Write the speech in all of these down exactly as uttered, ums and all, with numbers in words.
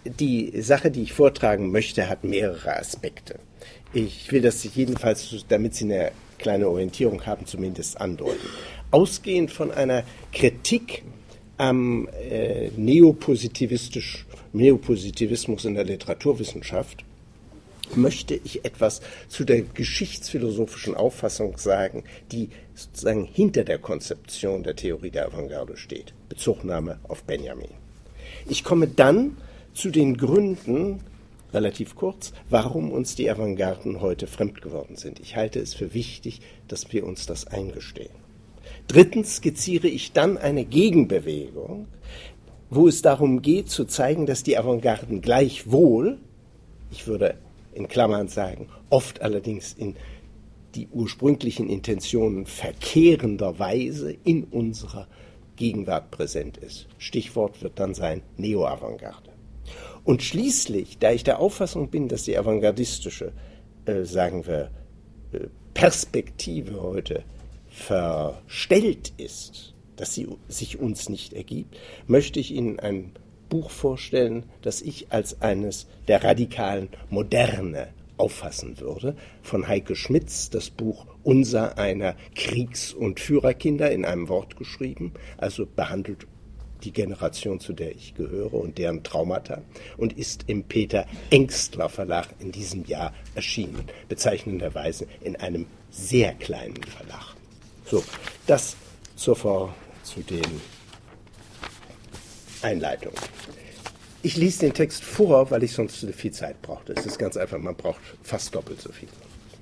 die Sache, die ich vortragen möchte, hat mehrere Aspekte. Ich will das jedenfalls, damit Sie eine kleine Orientierung haben, zumindest andeuten. Ausgehend von einer Kritik am äh, Neopositivistisch, Neopositivismus in der Literaturwissenschaft möchte ich etwas zu der geschichtsphilosophischen Auffassung sagen, die sozusagen hinter der Konzeption der Theorie der Avantgarde steht. Bezugnahme auf Benjamin. Ich komme dann zu den Gründen, relativ kurz, warum uns die Avantgarden heute fremd geworden sind. Ich halte es für wichtig, dass wir uns das eingestehen. Drittens skizziere ich dann eine Gegenbewegung, wo es darum geht, zu zeigen, dass die Avantgarden gleichwohl, ich würde in Klammern sagen, oft allerdings in die ursprünglichen Intentionen verkehrender Weise in unserer Gegenwart präsent ist. Stichwort wird dann sein Neo-Avantgarde. Und schließlich, da ich der Auffassung bin, dass die avantgardistische, äh, sagen wir, äh, Perspektive heute verstellt ist, dass sie sich uns nicht ergibt, möchte ich Ihnen ein Buch vorstellen, das ich als eines der radikalen Moderne auffassen würde, von Heike Schmitz, das Buch Unser einer Kriegs- und Führerkinder in einem Wort geschrieben, also behandelt die Generation, zu der ich gehöre und deren Traumata, und ist im Peter Engstler Verlag in diesem Jahr erschienen, bezeichnenderweise in einem sehr kleinen Verlag. So, das zur Vor- zu den Einleitungen. Ich lese den Text vor, weil ich sonst viel Zeit brauchte. Es ist ganz einfach, man braucht fast doppelt so viel.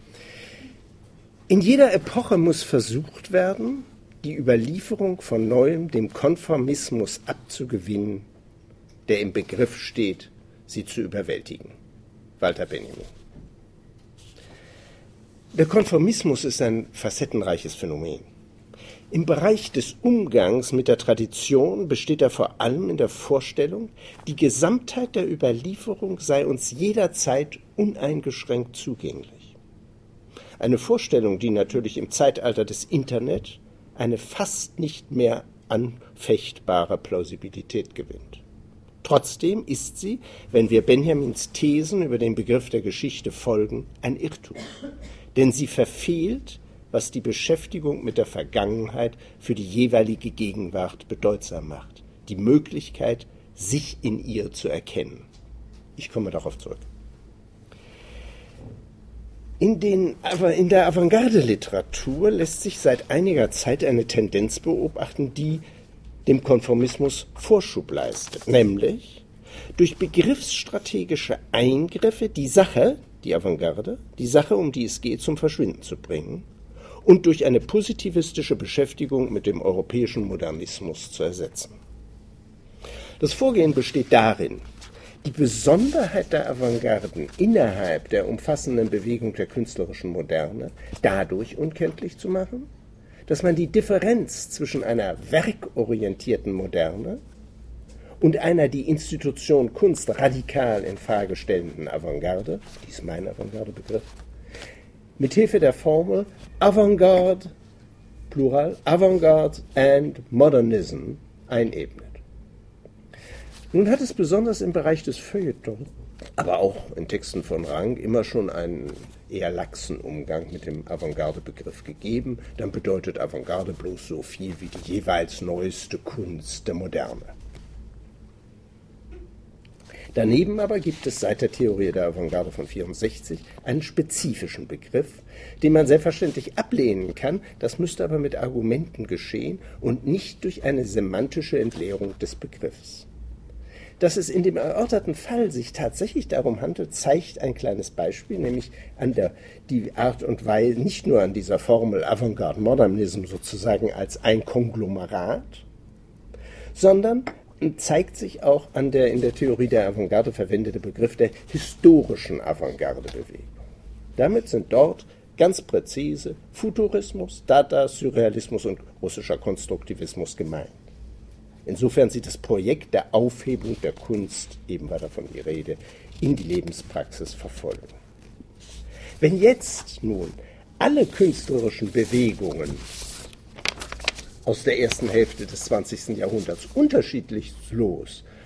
In jeder Epoche muss versucht werden, die Überlieferung von Neuem dem Konformismus abzugewinnen, der im Begriff steht, sie zu überwältigen. Walter Benjamin. Der Konformismus ist ein facettenreiches Phänomen. Im Bereich des Umgangs mit der Tradition besteht er vor allem in der Vorstellung, die Gesamtheit der Überlieferung sei uns jederzeit uneingeschränkt zugänglich. Eine Vorstellung, die natürlich im Zeitalter des Internet eine fast nicht mehr anfechtbare Plausibilität gewinnt. Trotzdem ist sie, wenn wir Benjamins Thesen über den Begriff der Geschichte folgen, ein Irrtum. Denn sie verfehlt, was die Beschäftigung mit der Vergangenheit für die jeweilige Gegenwart bedeutsam macht. Die Möglichkeit, sich in ihr zu erkennen. Ich komme darauf zurück. In, den, in der Avantgarde-Literatur lässt sich seit einiger Zeit eine Tendenz beobachten, die dem Konformismus Vorschub leistet, nämlich durch begriffsstrategische Eingriffe die Sache, die Avantgarde, die Sache, um die es geht, zum Verschwinden zu bringen und durch eine positivistische Beschäftigung mit dem europäischen Modernismus zu ersetzen. Das Vorgehen besteht darin, die Besonderheit der Avantgarden innerhalb der umfassenden Bewegung der künstlerischen Moderne dadurch unkenntlich zu machen, dass man die Differenz zwischen einer werkorientierten Moderne und einer die Institution Kunst radikal in Frage stellenden Avantgarde, dies ist mein Avantgarde-Begriff, mithilfe der Formel Avantgarde, Plural, Avantgarde and Modernism einebnet. Nun hat es besonders im Bereich des Feuilleton, aber auch in Texten von Rang, immer schon einen eher laxen Umgang mit dem Avantgarde-Begriff gegeben. Dann bedeutet Avantgarde bloß so viel wie die jeweils neueste Kunst der Moderne. Daneben aber gibt es seit der Theorie der Avantgarde von vierundsechzig einen spezifischen Begriff, den man selbstverständlich ablehnen kann, das müsste aber mit Argumenten geschehen und nicht durch eine semantische Entleerung des Begriffs. Dass es in dem erörterten Fall sich tatsächlich darum handelt, zeigt ein kleines Beispiel, nämlich an der die Art und Weise, nicht nur an dieser Formel Avantgarde Modernism sozusagen als ein Konglomerat, sondern zeigt sich auch an der in der Theorie der Avantgarde verwendete Begriff der historischen Avantgarde-Bewegung. Damit sind dort ganz präzise Futurismus, Dada, Surrealismus und russischer Konstruktivismus gemeint. Insofern sieht das Projekt der Aufhebung der Kunst, eben war davon die Rede, in die Lebenspraxis verfolgen. Wenn jetzt nun alle künstlerischen Bewegungen aus der ersten Hälfte des zwanzigsten Jahrhunderts unterschiedlichstlos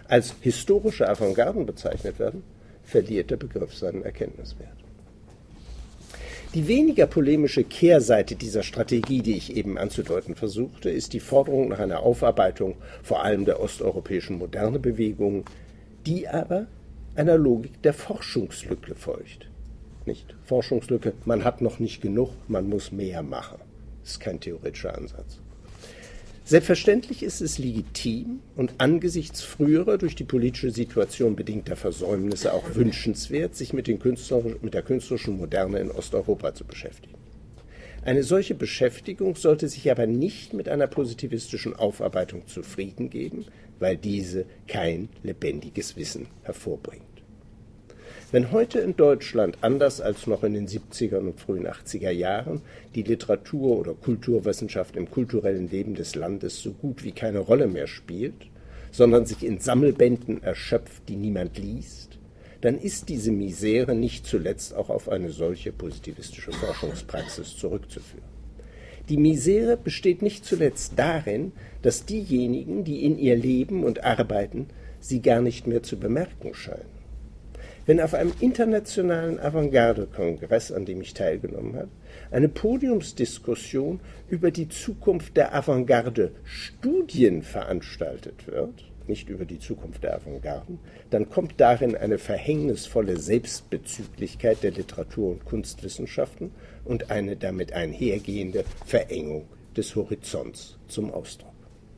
als historische Avantgarden bezeichnet werden, verliert der Begriff seinen Erkenntniswert. Die weniger polemische Kehrseite dieser Strategie, die ich eben anzudeuten versuchte, ist die Forderung nach einer Aufarbeitung vor allem der osteuropäischen Moderne-Bewegung, die aber einer Logik der Forschungslücke folgt. Nicht Forschungslücke, man hat noch nicht genug, man muss mehr machen. Das ist kein theoretischer Ansatz. Selbstverständlich ist es legitim und angesichts früherer durch die politische Situation bedingter Versäumnisse auch wünschenswert, sich mit, den Künstler, mit der künstlerischen Moderne in Osteuropa zu beschäftigen. Eine solche Beschäftigung sollte sich aber nicht mit einer positivistischen Aufarbeitung zufrieden geben, weil diese kein lebendiges Wissen hervorbringt. Wenn heute in Deutschland, anders als noch in den siebzigern und frühen achtziger Jahren, die Literatur- oder Kulturwissenschaft im kulturellen Leben des Landes so gut wie keine Rolle mehr spielt, sondern sich in Sammelbänden erschöpft, die niemand liest, dann ist diese Misere nicht zuletzt auch auf eine solche positivistische Forschungspraxis zurückzuführen. Die Misere besteht nicht zuletzt darin, dass diejenigen, die in ihr leben und arbeiten, sie gar nicht mehr zu bemerken scheinen. Wenn auf einem internationalen Avantgarde-Kongress, an dem ich teilgenommen habe, eine Podiumsdiskussion über die Zukunft der Avantgarde-Studien veranstaltet wird, nicht über die Zukunft der Avantgarden, dann kommt darin eine verhängnisvolle Selbstbezüglichkeit der Literatur- und Kunstwissenschaften und eine damit einhergehende Verengung des Horizonts zum Ausdruck.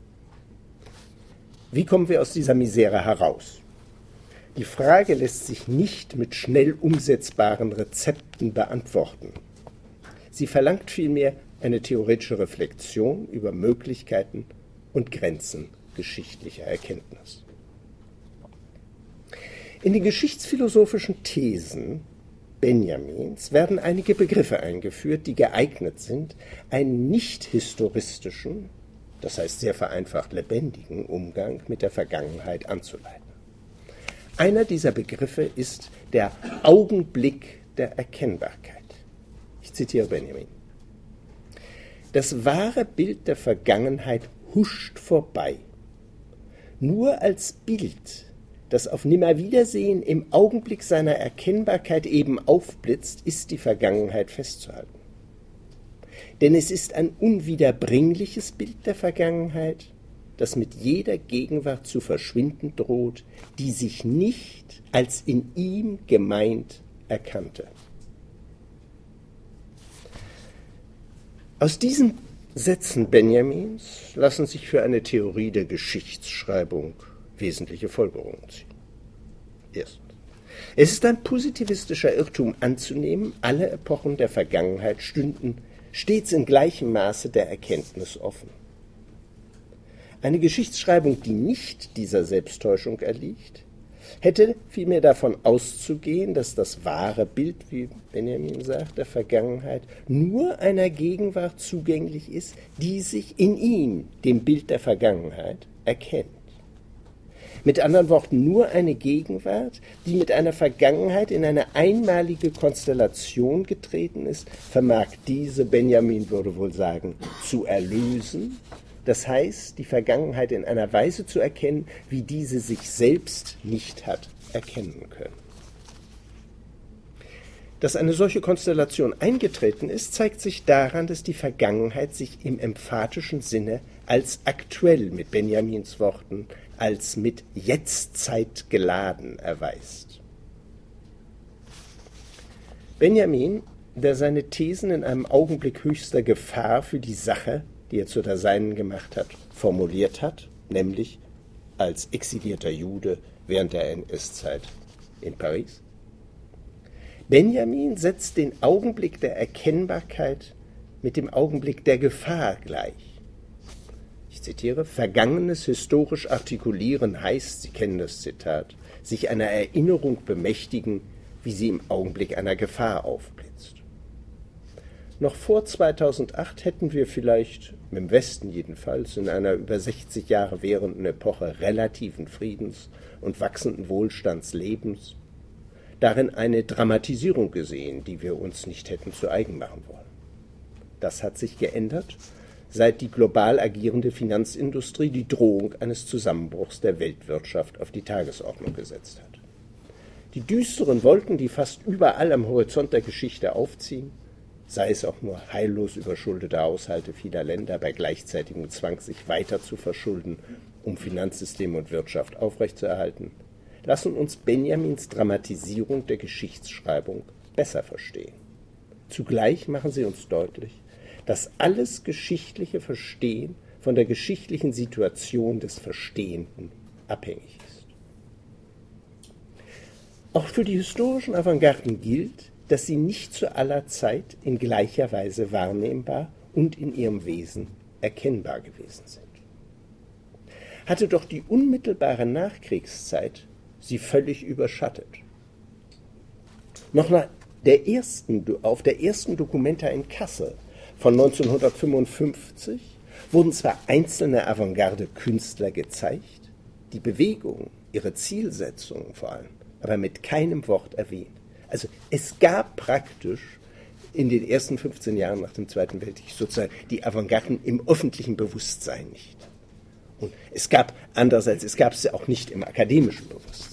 Wie kommen wir aus dieser Misere heraus? Die Frage lässt sich nicht mit schnell umsetzbaren Rezepten beantworten. Sie verlangt vielmehr eine theoretische Reflexion über Möglichkeiten und Grenzen geschichtlicher Erkenntnis. In den geschichtsphilosophischen Thesen Benjamins werden einige Begriffe eingeführt, die geeignet sind, einen nicht historistischen, das heißt sehr vereinfacht lebendigen Umgang mit der Vergangenheit anzuleiten. Einer dieser Begriffe ist der Augenblick der Erkennbarkeit. Ich zitiere Benjamin. Das wahre Bild der Vergangenheit huscht vorbei. Nur als Bild, das auf Nimmerwiedersehen im Augenblick seiner Erkennbarkeit eben aufblitzt, ist die Vergangenheit festzuhalten. Denn es ist ein unwiederbringliches Bild der Vergangenheit, das mit jeder Gegenwart zu verschwinden droht, die sich nicht als in ihm gemeint erkannte. Aus diesen Sätzen Benjamins lassen sich für eine Theorie der Geschichtsschreibung wesentliche Folgerungen ziehen. Erstens. Es ist ein positivistischer Irrtum anzunehmen, alle Epochen der Vergangenheit stünden stets in gleichem Maße der Erkenntnis offen. Eine Geschichtsschreibung, die nicht dieser Selbsttäuschung erliegt, hätte vielmehr davon auszugehen, dass das wahre Bild, wie Benjamin sagt, der Vergangenheit nur einer Gegenwart zugänglich ist, die sich in ihm, dem Bild der Vergangenheit, erkennt. Mit anderen Worten, nur eine Gegenwart, die mit einer Vergangenheit in eine einmalige Konstellation getreten ist, vermag diese, Benjamin würde wohl sagen, zu erlösen. Das heißt, die Vergangenheit in einer Weise zu erkennen, wie diese sich selbst nicht hat erkennen können. Dass eine solche Konstellation eingetreten ist, zeigt sich daran, dass die Vergangenheit sich im emphatischen Sinne als aktuell, mit Benjamins Worten, als mit Jetztzeit geladen erweist. Benjamin, der seine Thesen in einem Augenblick höchster Gefahr für die Sache, die er zu der seinen gemacht hat, formuliert hat, nämlich als exilierter Jude während der N S-Zeit in Paris. Benjamin setzt den Augenblick der Erkennbarkeit mit dem Augenblick der Gefahr gleich. Ich zitiere, Vergangenes historisch artikulieren heißt, Sie kennen das Zitat, sich einer Erinnerung bemächtigen, wie sie im Augenblick einer Gefahr aufblitzt. Noch vor zweitausendacht hätten wir vielleicht, im Westen jedenfalls, in einer über sechzig Jahre währenden Epoche relativen Friedens und wachsenden Wohlstandslebens darin eine Dramatisierung gesehen, die wir uns nicht hätten zu eigen machen wollen. Das hat sich geändert, seit die global agierende Finanzindustrie die Drohung eines Zusammenbruchs der Weltwirtschaft auf die Tagesordnung gesetzt hat. Die düsteren Wolken, die fast überall am Horizont der Geschichte aufziehen, sei es auch nur heillos überschuldete Haushalte vieler Länder bei gleichzeitigem Zwang, sich weiter zu verschulden, um Finanzsystem und Wirtschaft aufrechtzuerhalten, lassen uns Benjamins Dramatisierung der Geschichtsschreibung besser verstehen. Zugleich machen sie uns deutlich, dass alles geschichtliche Verstehen von der geschichtlichen Situation des Verstehenden abhängig ist. Auch für die historischen Avantgarden gilt, dass sie nicht zu aller Zeit in gleicher Weise wahrnehmbar und in ihrem Wesen erkennbar gewesen sind. Hatte doch die unmittelbare Nachkriegszeit sie völlig überschattet. Noch nach der ersten, auf der ersten Documenta in Kassel von neunzehnhundertfünfundfünfzig wurden zwar einzelne Avantgarde-Künstler gezeigt, die Bewegung, ihre Zielsetzungen vor allem, aber mit keinem Wort erwähnt. Also es gab praktisch in den ersten fünfzehn Jahren nach dem Zweiten Weltkrieg sozusagen die Avantgarden im öffentlichen Bewusstsein nicht. Und es gab andererseits, es gab sie auch nicht im akademischen Bewusstsein.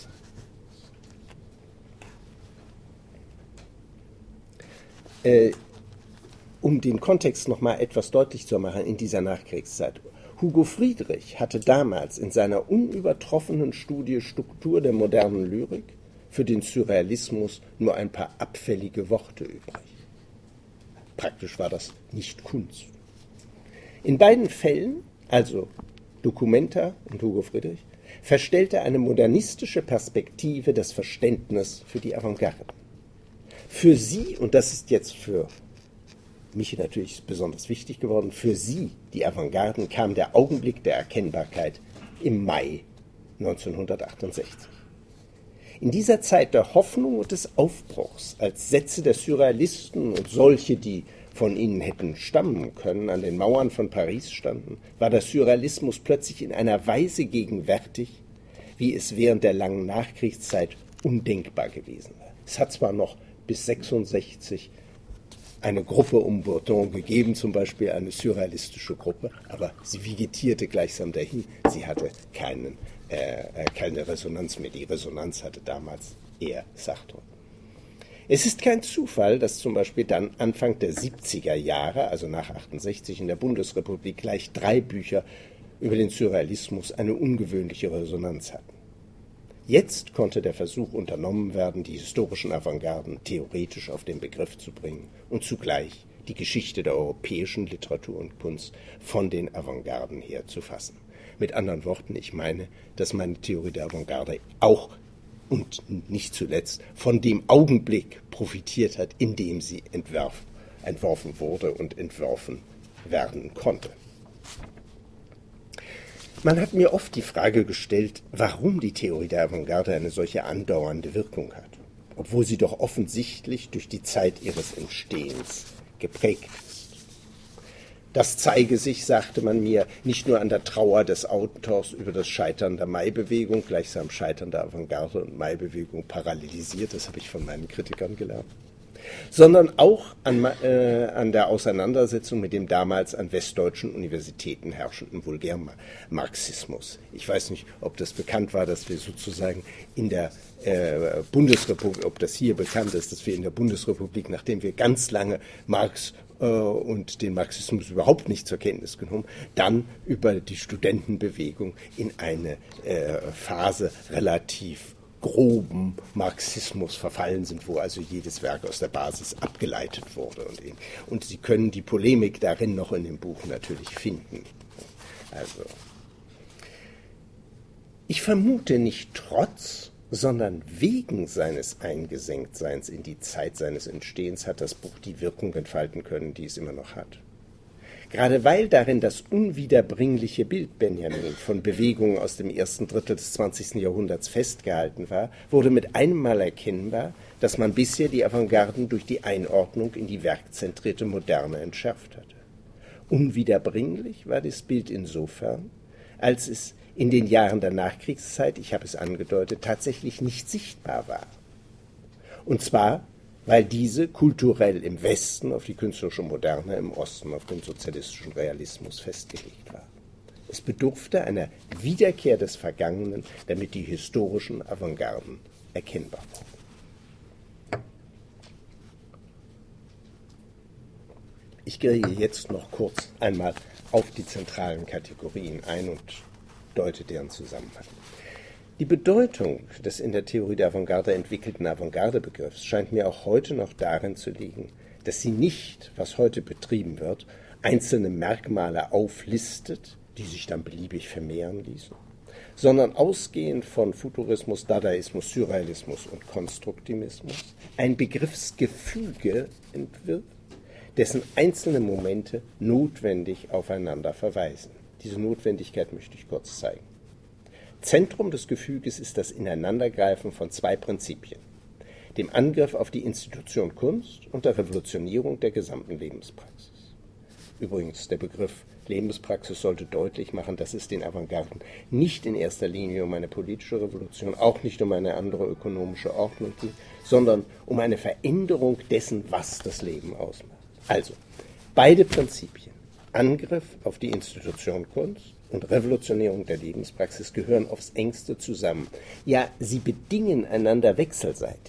Äh, um den Kontext noch mal etwas deutlich zu machen in dieser Nachkriegszeit. Hugo Friedrich hatte damals in seiner unübertroffenen Studie Struktur der modernen Lyrik für den Surrealismus nur ein paar abfällige Worte übrig. Praktisch war das nicht Kunst. In beiden Fällen, also Documenta und Hugo Friedrich, verstellte eine modernistische Perspektive das Verständnis für die Avantgarde. Für sie, und das ist jetzt für mich natürlich besonders wichtig geworden, für sie, die Avantgarden, kam der Augenblick der Erkennbarkeit im Mai neunzehnhundertachtundsechzig. In dieser Zeit der Hoffnung und des Aufbruchs, als Sätze der Surrealisten und solche, die von ihnen hätten stammen können, an den Mauern von Paris standen, war der Surrealismus plötzlich in einer Weise gegenwärtig, wie es während der langen Nachkriegszeit undenkbar gewesen war. Es hat zwar noch bis sechsundsechzig eine Gruppe um Bourdieu gegeben, zum Beispiel eine surrealistische Gruppe, aber sie vegetierte gleichsam dahin. Sie hatte keinen, äh, keine Resonanz mehr. Die Resonanz hatte damals eher Sartre. Es ist kein Zufall, dass zum Beispiel dann Anfang der siebziger Jahre, also nach achtundsechzig in der Bundesrepublik, gleich drei Bücher über den Surrealismus eine ungewöhnliche Resonanz hatten. Jetzt konnte der Versuch unternommen werden, die historischen Avantgarden theoretisch auf den Begriff zu bringen und zugleich die Geschichte der europäischen Literatur und Kunst von den Avantgarden her zu fassen. Mit anderen Worten, ich meine, dass meine Theorie der Avantgarde auch und nicht zuletzt von dem Augenblick profitiert hat, in dem sie entwerf, entworfen wurde und entworfen werden konnte. Man hat mir oft die Frage gestellt, warum die Theorie der Avantgarde eine solche andauernde Wirkung hat, obwohl sie doch offensichtlich durch die Zeit ihres Entstehens geprägt ist. Das zeige sich, sagte man mir, nicht nur an der Trauer des Autors über das Scheitern der Mai-Bewegung, gleichsam Scheitern der Avantgarde und Mai-Bewegung parallelisiert, das habe ich von meinen Kritikern gelernt, sondern auch an, äh, an der Auseinandersetzung mit dem damals an westdeutschen Universitäten herrschenden Vulgärmarxismus. Ich weiß nicht, ob das bekannt war, dass wir sozusagen in der äh, Bundesrepublik, ob das hier bekannt ist, dass wir in der Bundesrepublik, nachdem wir ganz lange Marx äh, und den Marxismus überhaupt nicht zur Kenntnis genommen, dann über die Studentenbewegung in eine äh, Phase relativ groben Marxismus verfallen sind, wo also jedes Werk aus der Basis abgeleitet wurde. Und, eben, und Sie können die Polemik darin noch in dem Buch natürlich finden. Also, ich vermute nicht trotz, sondern wegen seines Eingesenktseins in die Zeit seines Entstehens hat das Buch die Wirkung entfalten können, die es immer noch hat. Gerade weil darin das unwiederbringliche Bild Benjamin von Bewegungen aus dem ersten Drittel des zwanzigsten Jahrhunderts festgehalten war, wurde mit einem Mal erkennbar, dass man bisher die Avantgarden durch die Einordnung in die werkzentrierte Moderne entschärft hatte. Unwiederbringlich war das Bild insofern, als es in den Jahren der Nachkriegszeit, ich habe es angedeutet, tatsächlich nicht sichtbar war. Und zwar, weil diese kulturell im Westen auf die künstlerische Moderne, im Osten auf den sozialistischen Realismus festgelegt war. Es bedurfte einer Wiederkehr des Vergangenen, damit die historischen Avantgarden erkennbar wurden. Ich gehe jetzt noch kurz einmal auf die zentralen Kategorien ein und deute deren Zusammenhang. Die Bedeutung des in der Theorie der Avantgarde entwickelten Avantgarde-Begriffs scheint mir auch heute noch darin zu liegen, dass sie nicht, was heute betrieben wird, einzelne Merkmale auflistet, die sich dann beliebig vermehren ließen, sondern ausgehend von Futurismus, Dadaismus, Surrealismus und Konstruktivismus ein Begriffsgefüge entwirft, dessen einzelne Momente notwendig aufeinander verweisen. Diese Notwendigkeit möchte ich kurz zeigen. Zentrum des Gefüges ist das Ineinandergreifen von zwei Prinzipien, dem Angriff auf die Institution Kunst und der Revolutionierung der gesamten Lebenspraxis. Übrigens, der Begriff Lebenspraxis sollte deutlich machen, dass es den Avantgarden nicht in erster Linie um eine politische Revolution, auch nicht um eine andere ökonomische Ordnung geht, sondern um eine Veränderung dessen, was das Leben ausmacht. Also, beide Prinzipien, Angriff auf die Institution Kunst und Revolutionierung der Lebenspraxis, gehören aufs engste zusammen. Ja, sie bedingen einander wechselseitig.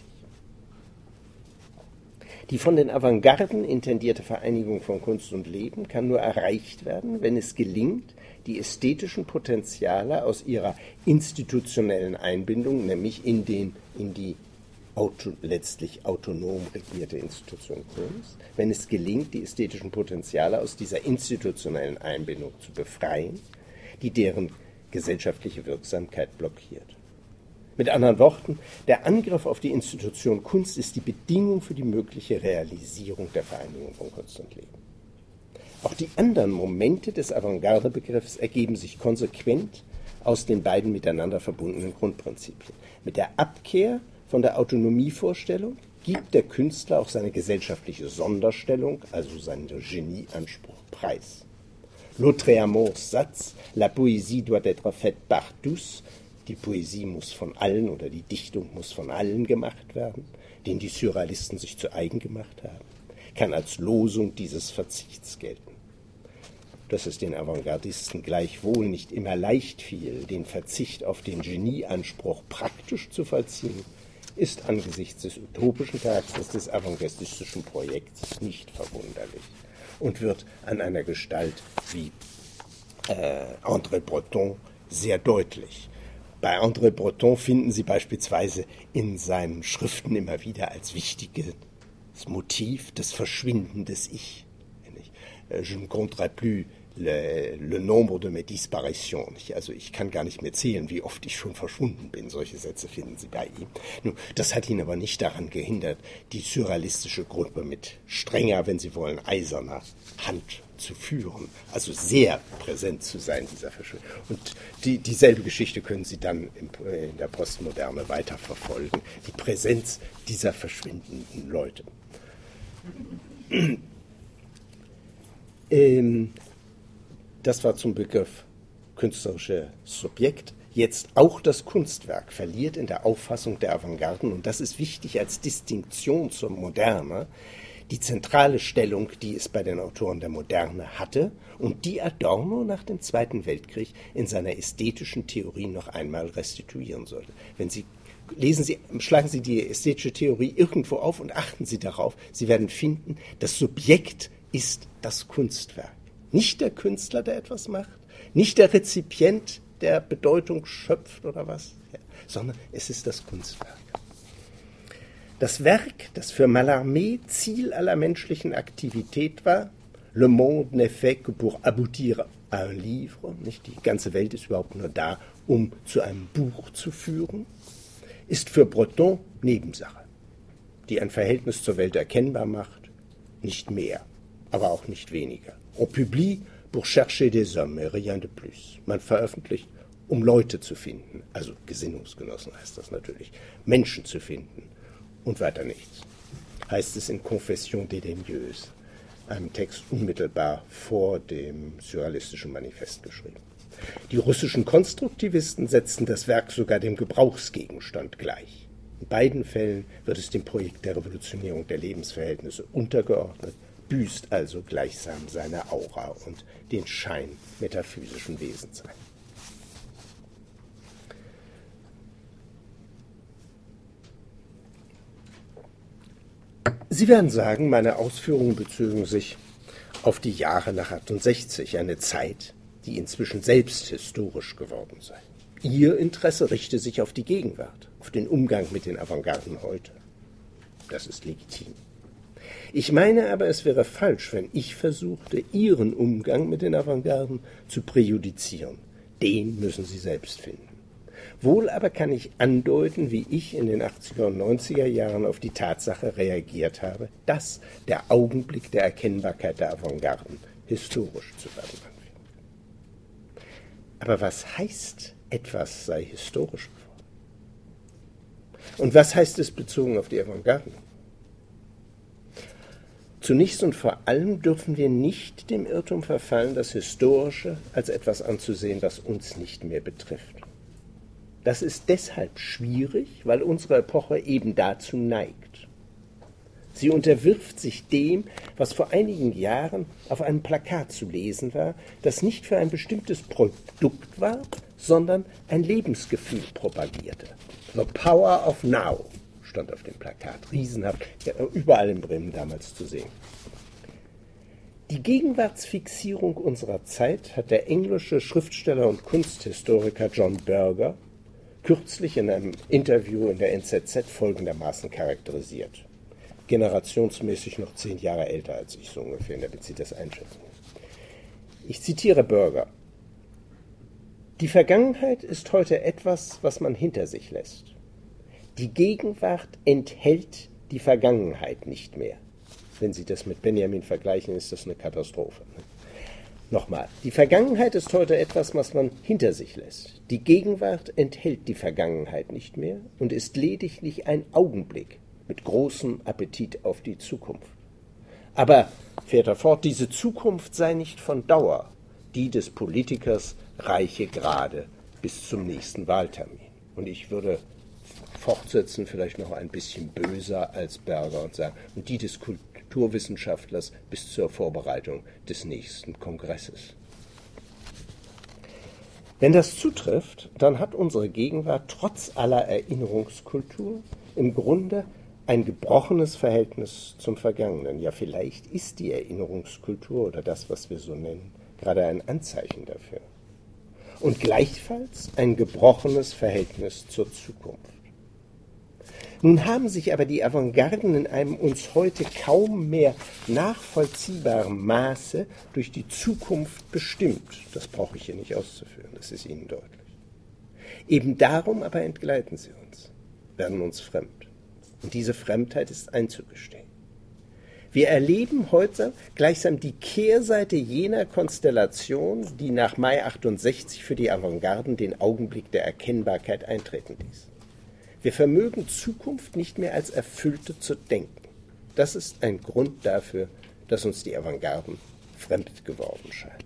Die von den Avantgarden intendierte Vereinigung von Kunst und Leben kann nur erreicht werden, wenn es gelingt, die ästhetischen Potenziale aus ihrer institutionellen Einbindung, nämlich in, den, in die auto, letztlich autonom regierte Institution Kunst, wenn es gelingt, die ästhetischen Potenziale aus dieser institutionellen Einbindung zu befreien, die deren gesellschaftliche Wirksamkeit blockiert. Mit anderen Worten, der Angriff auf die Institution Kunst ist die Bedingung für die mögliche Realisierung der Vereinigung von Kunst und Leben. Auch die anderen Momente des Avantgarde-Begriffs ergeben sich konsequent aus den beiden miteinander verbundenen Grundprinzipien. Mit der Abkehr von der Autonomievorstellung gibt der Künstler auch seine gesellschaftliche Sonderstellung, also seinen Genieanspruch, preis. Lautréamours Satz, la poésie doit être faite par tous, die Poesie muss von allen oder die Dichtung muss von allen gemacht werden, den die Surrealisten sich zu eigen gemacht haben, kann als Losung dieses Verzichts gelten. Dass es den Avantgardisten gleichwohl nicht immer leicht fiel, den Verzicht auf den Genieanspruch praktisch zu vollziehen, ist angesichts des utopischen Charakters des avantgardistischen Projekts nicht verwunderlich und wird an einer Gestalt wie äh, André Breton sehr deutlich. Bei André Breton finden Sie beispielsweise in seinen Schriften immer wieder als wichtiges Motiv das Verschwinden des Ich. Je ne compterai plus le, le nombre de mes disparitions. Also ich kann gar nicht mehr zählen, wie oft ich schon verschwunden bin. Solche Sätze finden Sie bei ihm. Nun, das hat ihn aber nicht daran gehindert, die surrealistische Gruppe mit strenger, wenn Sie wollen, eiserner Hand zu führen, also sehr präsent zu sein, dieser Verschwindung. Und die, dieselbe Geschichte können Sie dann in, in der Postmoderne weiterverfolgen, die Präsenz dieser verschwindenden Leute. Ähm, das war zum Begriff künstlerische Subjekt. Jetzt auch das Kunstwerk verliert in der Auffassung der Avantgarden, und das ist wichtig als Distinktion zur Moderne, die zentrale Stellung, die es bei den Autoren der Moderne hatte und die Adorno nach dem Zweiten Weltkrieg in seiner ästhetischen Theorie noch einmal restituieren sollte. Wenn Sie lesen Sie, schlagen Sie die ästhetische Theorie irgendwo auf und achten Sie darauf, Sie werden finden, das Subjekt ist das Kunstwerk. Nicht der Künstler, der etwas macht, nicht der Rezipient, der Bedeutung schöpft oder was, ja, sondern es ist das Kunstwerk. Das Werk, das für Mallarmé Ziel aller menschlichen Aktivität war, le monde n'est fait que pour aboutir à un livre, nicht? Die ganze Welt ist überhaupt nur da, um zu einem Buch zu führen, ist für Breton Nebensache, die ein Verhältnis zur Welt erkennbar macht, nicht mehr, aber auch nicht weniger. On publie pour chercher des hommes et rien de plus. Man veröffentlicht, um Leute zu finden, also Gesinnungsgenossen heißt das natürlich, Menschen zu finden. Und weiter nichts, heißt es in Confession dédaigneuse, einem Text unmittelbar vor dem surrealistischen Manifest geschrieben. Die russischen Konstruktivisten setzten das Werk sogar dem Gebrauchsgegenstand gleich. In beiden Fällen wird es dem Projekt der Revolutionierung der Lebensverhältnisse untergeordnet, büßt also gleichsam seine Aura und den Schein metaphysischen Wesens ein. Sie werden sagen, meine Ausführungen bezogen sich auf die Jahre nach achtundsechzig, eine Zeit, die inzwischen selbst historisch geworden sei. Ihr Interesse richte sich auf die Gegenwart, auf den Umgang mit den Avantgarden heute. Das ist legitim. Ich meine aber, es wäre falsch, wenn ich versuchte, Ihren Umgang mit den Avantgarden zu präjudizieren. Den müssen Sie selbst finden. Wohl aber kann ich andeuten, wie ich in den achtziger und neunziger Jahren auf die Tatsache reagiert habe, dass der Augenblick der Erkennbarkeit der Avantgarden historisch zu werden anfängt. Aber was heißt, etwas sei historisch geworden? Und was heißt es bezogen auf die Avantgarden? Zunächst und vor allem dürfen wir nicht dem Irrtum verfallen, das Historische als etwas anzusehen, das uns nicht mehr betrifft. Das ist deshalb schwierig, weil unsere Epoche eben dazu neigt. Sie unterwirft sich dem, was vor einigen Jahren auf einem Plakat zu lesen war, das nicht für ein bestimmtes Produkt war, sondern ein Lebensgefühl propagierte. The Power of Now stand auf dem Plakat, riesenhaft, überall in Bremen damals zu sehen. Die Gegenwartsfixierung unserer Zeit hat der englische Schriftsteller und Kunsthistoriker John Berger kürzlich in einem Interview in der N Z Z folgendermaßen charakterisiert. Generationsmäßig noch zehn Jahre älter als ich so ungefähr, damit Sie das einschätzen. Ich zitiere Berger. Die Vergangenheit ist heute etwas, was man hinter sich lässt. Die Gegenwart enthält die Vergangenheit nicht mehr. Wenn Sie das mit Benjamin vergleichen, ist das eine Katastrophe. Nochmal, die Vergangenheit ist heute etwas, was man hinter sich lässt. Die Gegenwart enthält die Vergangenheit nicht mehr und ist lediglich ein Augenblick mit großem Appetit auf die Zukunft. Aber, fährt er fort, diese Zukunft sei nicht von Dauer, die des Politikers reiche gerade bis zum nächsten Wahltermin. Und ich würde fortsetzen, vielleicht noch ein bisschen böser als Berger und sagen, und die des Kulturwissenschaftlers bis zur Vorbereitung des nächsten Kongresses. Wenn das zutrifft, dann hat unsere Gegenwart trotz aller Erinnerungskultur im Grunde ein gebrochenes Verhältnis zum Vergangenen. Ja, vielleicht ist die Erinnerungskultur oder das, was wir so nennen, gerade ein Anzeichen dafür. Und gleichfalls ein gebrochenes Verhältnis zur Zukunft. Nun haben sich aber die Avantgarden in einem uns heute kaum mehr nachvollziehbaren Maße durch die Zukunft bestimmt. Das brauche ich hier nicht auszuführen, das ist Ihnen deutlich. Eben darum aber entgleiten sie uns, werden uns fremd. Und diese Fremdheit ist einzugestehen. Wir erleben heute gleichsam die Kehrseite jener Konstellation, die nach Mai achtundsechzig für die Avantgarden den Augenblick der Erkennbarkeit eintreten ließ. Wir vermögen Zukunft nicht mehr als Erfüllte zu denken. Das ist ein Grund dafür, dass uns die Avantgarden fremd geworden scheinen.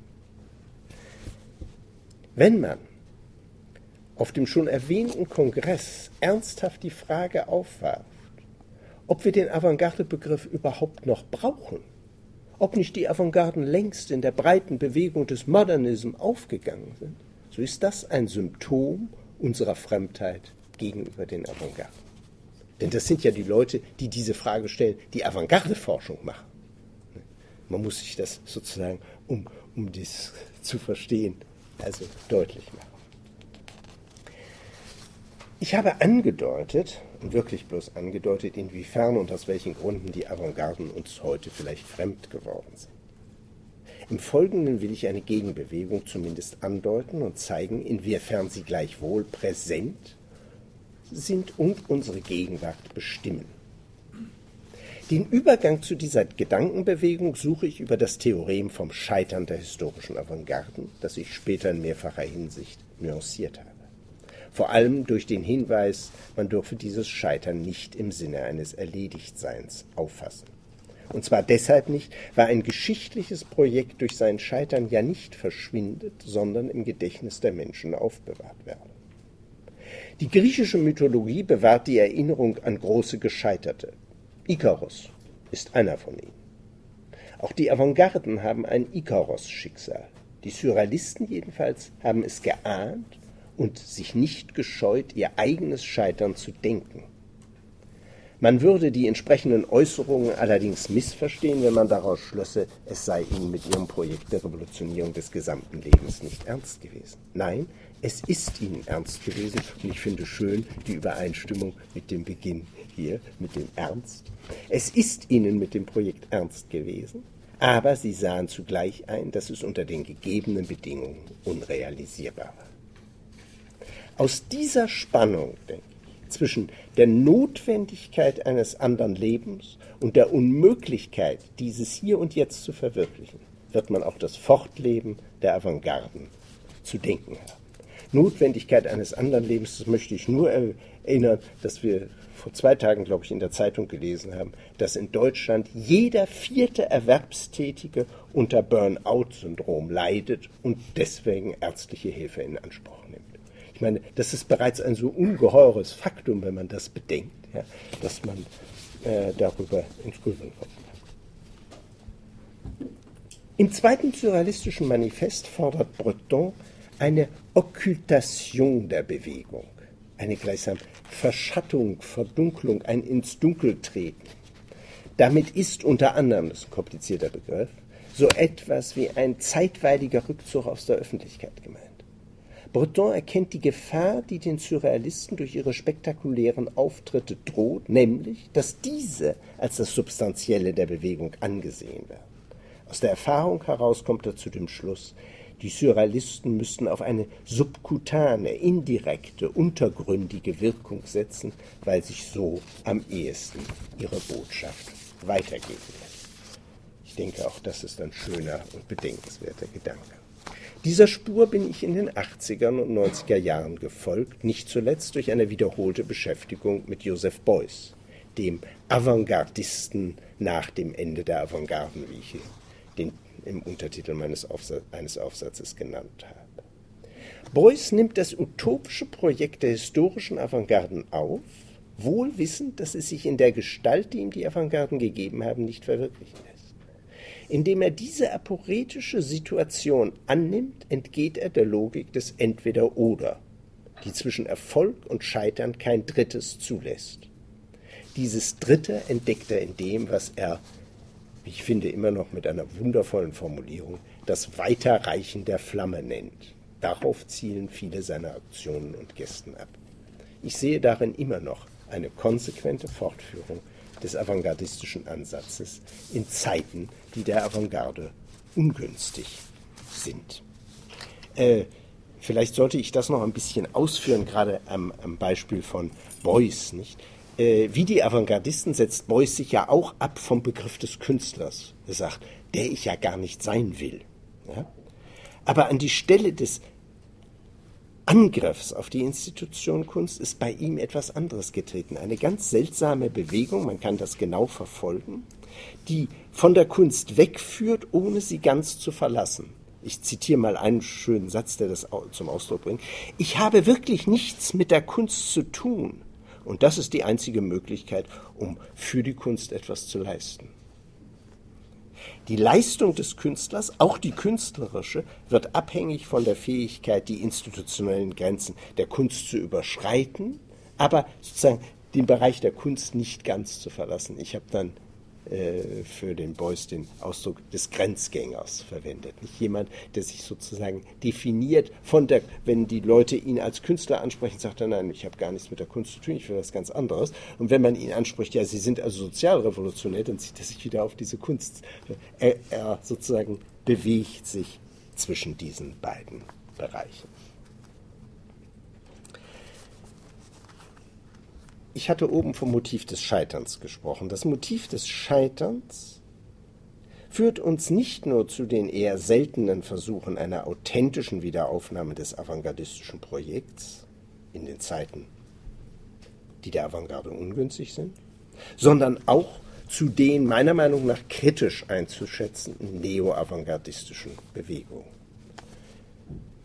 Wenn man auf dem schon erwähnten Kongress ernsthaft die Frage aufwarf, ob wir den Avantgarde-Begriff überhaupt noch brauchen, ob nicht die Avantgarden längst in der breiten Bewegung des Modernism aufgegangen sind, so ist das ein Symptom unserer Fremdheit gegenüber den Avantgarden. Denn das sind ja die Leute, die diese Frage stellen, die Avantgarde-Forschung machen. Man muss sich das sozusagen, um, um dies zu verstehen, also deutlich machen. Ich habe angedeutet, und wirklich bloß angedeutet, inwiefern und aus welchen Gründen die Avantgarden uns heute vielleicht fremd geworden sind. Im Folgenden will ich eine Gegenbewegung zumindest andeuten und zeigen, inwiefern sie gleichwohl präsent sind und unsere Gegenwart bestimmen. Den Übergang zu dieser Gedankenbewegung suche ich über das Theorem vom Scheitern der historischen Avantgarden, das ich später in mehrfacher Hinsicht nuanciert habe. Vor allem durch den Hinweis, man dürfe dieses Scheitern nicht im Sinne eines Erledigtseins auffassen. Und zwar deshalb nicht, weil ein geschichtliches Projekt durch sein Scheitern ja nicht verschwindet, sondern im Gedächtnis der Menschen aufbewahrt werde. Die griechische Mythologie bewahrt die Erinnerung an große Gescheiterte. Ikaros ist einer von ihnen. Auch die Avantgarden haben ein Ikaros-Schicksal. Die Surrealisten jedenfalls haben es geahnt und sich nicht gescheut, ihr eigenes Scheitern zu denken. Man würde die entsprechenden Äußerungen allerdings missverstehen, wenn man daraus schlösse, es sei ihnen mit ihrem Projekt der Revolutionierung des gesamten Lebens nicht ernst gewesen. Nein, es ist ihnen ernst gewesen und ich finde schön die Übereinstimmung mit dem Beginn hier, mit dem Ernst. Es ist ihnen mit dem Projekt ernst gewesen, aber sie sahen zugleich ein, dass es unter den gegebenen Bedingungen unrealisierbar war. Aus dieser Spannung, denke ich, zwischen der Notwendigkeit eines anderen Lebens und der Unmöglichkeit, dieses hier und jetzt zu verwirklichen, wird man auch das Fortleben der Avantgarden zu denken haben. Notwendigkeit eines anderen Lebens, das möchte ich nur erinnern, dass wir vor zwei Tagen, glaube ich, in der Zeitung gelesen haben, dass in Deutschland jeder vierte Erwerbstätige unter Burnout-Syndrom leidet und deswegen ärztliche Hilfe in Anspruch nimmt. Ich meine, das ist bereits ein so ungeheures Faktum, wenn man das bedenkt, ja, dass man äh, darüber ins Grübeln kommt. Im zweiten surrealistischen Manifest fordert Breton eine Okkultation der Bewegung, eine gleichsam Verschattung, Verdunklung, ein ins Dunkel treten. Damit ist unter anderem, das ist ein komplizierter Begriff, so etwas wie ein zeitweiliger Rückzug aus der Öffentlichkeit gemeint. Breton erkennt die Gefahr, die den Surrealisten durch ihre spektakulären Auftritte droht, nämlich, dass diese als das Substanzielle der Bewegung angesehen werden. Aus der Erfahrung heraus kommt er zu dem Schluss, die Surrealisten müssten auf eine subkutane, indirekte, untergründige Wirkung setzen, weil sich so am ehesten ihre Botschaft weitergeben lässt. Ich denke, auch das ist ein schöner und bedenkenswerter Gedanke. Dieser Spur bin ich in den achtzigern und neunziger Jahren gefolgt, nicht zuletzt durch eine wiederholte Beschäftigung mit Joseph Beuys, dem Avantgardisten nach dem Ende der Avantgarden, wie ich den im Untertitel meines Aufsatz, eines Aufsatzes genannt habe. Beuys nimmt das utopische Projekt der historischen Avantgarden auf, wohl wissend, dass es sich in der Gestalt, die ihm die Avantgarden gegeben haben, nicht verwirklichen lässt. Indem er diese aporetische Situation annimmt, entgeht er der Logik des Entweder-Oder, die zwischen Erfolg und Scheitern kein Drittes zulässt. Dieses Dritte entdeckt er in dem, was er, wie ich finde, immer noch mit einer wundervollen Formulierung, das Weiterreichen der Flamme nennt. Darauf zielen viele seiner Aktionen und Gesten ab. Ich sehe darin immer noch eine konsequente Fortführung des avantgardistischen Ansatzes in Zeiten, die der Avantgarde ungünstig sind. Äh, vielleicht sollte ich das noch ein bisschen ausführen, gerade am, am Beispiel von Beuys, nicht? Äh, wie die Avantgardisten setzt Beuys sich ja auch ab vom Begriff des Künstlers. Er sagt, der ich ja gar nicht sein will. Ja? Aber an die Stelle des Angriffs auf die Institution Kunst ist bei ihm etwas anderes getreten. Eine ganz seltsame Bewegung, man kann das genau verfolgen, die von der Kunst wegführt, ohne sie ganz zu verlassen. Ich zitiere mal einen schönen Satz, der das zum Ausdruck bringt. Ich habe wirklich nichts mit der Kunst zu tun. Und das ist die einzige Möglichkeit, um für die Kunst etwas zu leisten. Die Leistung des Künstlers, auch die künstlerische, wird abhängig von der Fähigkeit, die institutionellen Grenzen der Kunst zu überschreiten, aber sozusagen den Bereich der Kunst nicht ganz zu verlassen. Ich habe dann äh, für den Beuys den Ausdruck des Grenzgängers verwendet. Nicht jemand, der sich sozusagen definiert von der, wenn die Leute ihn als Künstler ansprechen, sagt er, nein, ich habe gar nichts mit der Kunst zu tun, ich will was ganz anderes. Und wenn man ihn anspricht, ja, Sie sind also sozialrevolutionär, dann zieht er sich wieder auf diese Kunst. Er, er sozusagen bewegt sich zwischen diesen beiden Bereichen. Ich hatte oben vom Motiv des Scheiterns gesprochen. Das Motiv des Scheiterns führt uns nicht nur zu den eher seltenen Versuchen einer authentischen Wiederaufnahme des avantgardistischen Projekts in den Zeiten, die der Avantgarde ungünstig sind, sondern auch zu den meiner Meinung nach kritisch einzuschätzenden neo-avantgardistischen Bewegungen.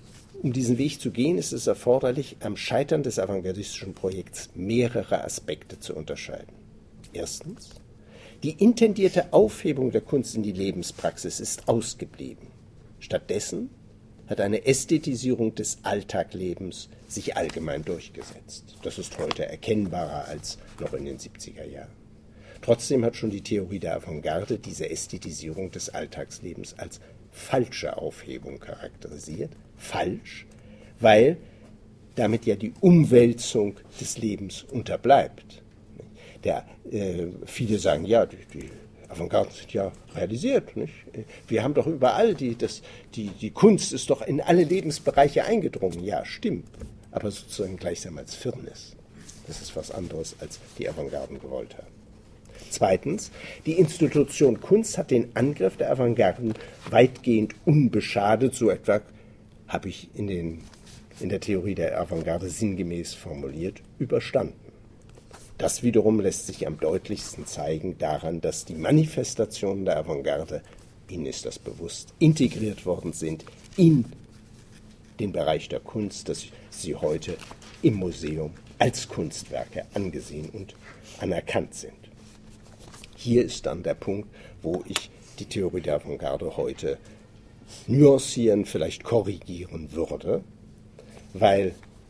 Um diesen Weg zu gehen, ist es erforderlich, am Scheitern des avantgardistischen Projekts mehrere Aspekte zu unterscheiden. Erstens, die intendierte Aufhebung der Kunst in die Lebenspraxis ist ausgeblieben. Stattdessen hat eine Ästhetisierung des Alltaglebens sich allgemein durchgesetzt. Das ist heute erkennbarer als noch in den siebziger Jahren. Trotzdem hat schon die Theorie der Avantgarde diese Ästhetisierung des Alltagslebens als falsche Aufhebung charakterisiert. Falsch, weil damit ja die Umwälzung des Lebens unterbleibt. Der, äh, viele sagen, ja, die, die Avantgarden sind ja realisiert. Nicht? Wir haben doch überall, die, das, die, die Kunst ist doch in alle Lebensbereiche eingedrungen. Ja, stimmt, aber sozusagen gleichsam als Firnis. Das ist was anderes, als die Avantgarden gewollt haben. Zweitens, die Institution Kunst hat den Angriff der Avantgarden weitgehend unbeschadet, so etwa habe ich in, den, in der Theorie der Avantgarde sinngemäß formuliert, überstanden. Das wiederum lässt sich am deutlichsten zeigen daran, dass die Manifestationen der Avantgarde, Ihnen ist das bewusst, integriert worden sind in den Bereich der Kunst, dass sie heute im Museum als Kunstwerke angesehen und anerkannt sind. Hier ist dann der Punkt, wo ich die Theorie der Avantgarde heute nuancieren, vielleicht korrigieren würde, weil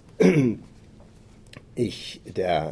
ich der